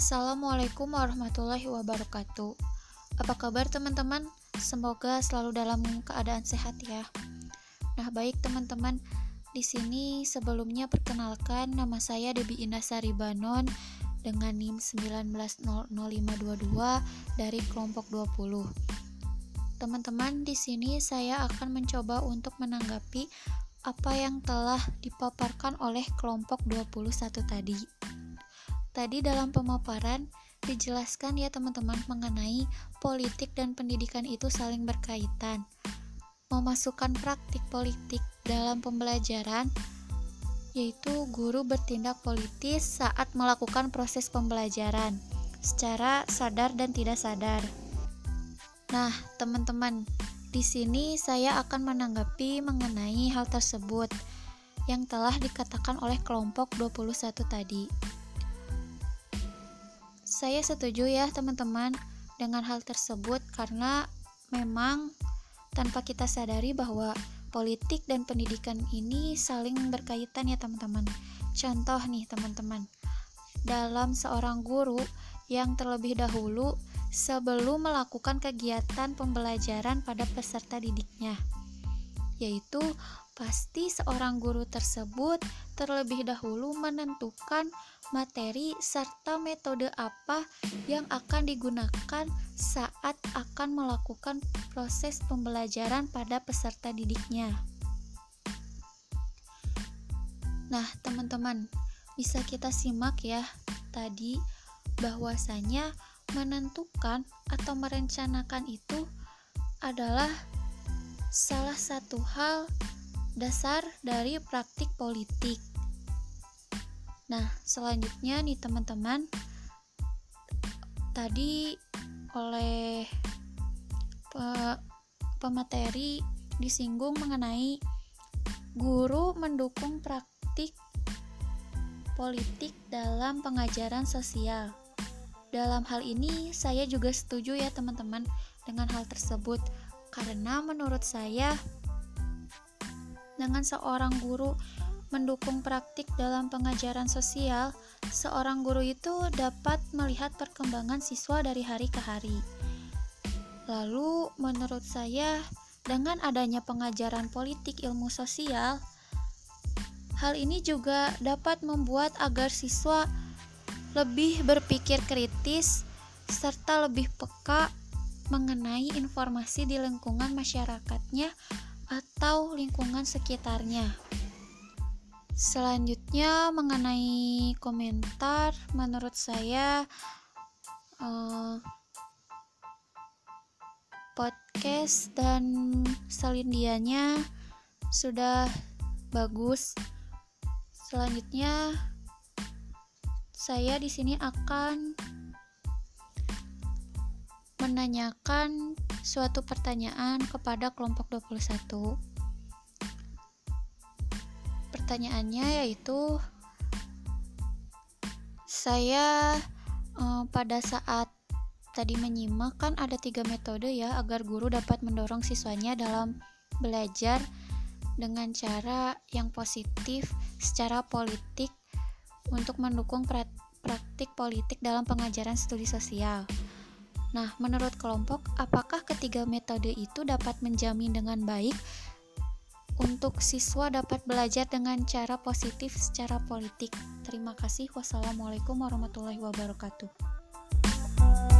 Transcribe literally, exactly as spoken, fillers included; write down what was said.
Assalamualaikum warahmatullahi wabarakatuh. Apa kabar teman-teman? Semoga selalu dalam keadaan sehat ya. Nah, baik teman-teman, di sini sebelumnya perkenalkan, nama saya Debi Indah Sari Banon dengan NIM sembilan nol nol lima dua dua dari kelompok dua puluh. Teman-teman, di sini saya akan mencoba untuk menanggapi apa yang telah dipaparkan oleh kelompok dua puluh satu tadi. Tadi dalam pemaparan dijelaskan ya teman-teman mengenai politik dan pendidikan itu saling berkaitan. Memasukkan praktik politik dalam pembelajaran, yaitu guru bertindak politis saat melakukan proses pembelajaran secara sadar dan tidak sadar. Nah, teman-teman, di sini saya akan menanggapi mengenai hal tersebut yang telah dikatakan oleh kelompok dua puluh satu tadi. Saya setuju ya teman-teman dengan hal tersebut karena memang tanpa kita sadari bahwa politik dan pendidikan ini saling berkaitan ya teman-teman. Contoh nih teman-teman, dalam seorang guru yang terlebih dahulu sebelum melakukan kegiatan pembelajaran pada peserta didiknya, yaitu pasti seorang guru tersebut terlebih dahulu menentukan materi serta metode apa yang akan digunakan saat akan melakukan proses pembelajaran pada peserta didiknya. Nah, teman-teman, bisa kita simak ya tadi bahwasanya menentukan atau merencanakan itu adalah salah satu hal dasar dari praktik politik. Nah, selanjutnya nih teman-teman, tadi oleh pe- pemateri disinggung mengenai guru mendukung praktik politik dalam pengajaran sosial. Dalam hal ini saya juga setuju ya teman-teman dengan hal tersebut, karena menurut saya dengan seorang guru mendukung praktik dalam pengajaran sosial, seorang guru itu dapat melihat perkembangan siswa dari hari ke hari. Lalu menurut saya dengan adanya pengajaran politik ilmu sosial, hal ini juga dapat membuat agar siswa lebih berpikir kritis serta lebih peka mengenai informasi di lingkungan masyarakatnya atau lingkungan sekitarnya. Selanjutnya mengenai komentar, menurut saya eh, podcast dan selindianya sudah bagus. Selanjutnya saya di sini akan menanyakan suatu pertanyaan kepada kelompok dua puluh satu. Pertanyaannya yaitu, saya eh, pada saat tadi menyimak kan ada tiga metode ya agar guru dapat mendorong siswanya dalam belajar dengan cara yang positif secara politik untuk mendukung praktik politik dalam pengajaran studi sosial. Nah, menurut kelompok, apakah ketiga metode itu dapat menjamin dengan baik untuk siswa dapat belajar dengan cara positif secara politik? Terima kasih. Wassalamualaikum warahmatullahi wabarakatuh.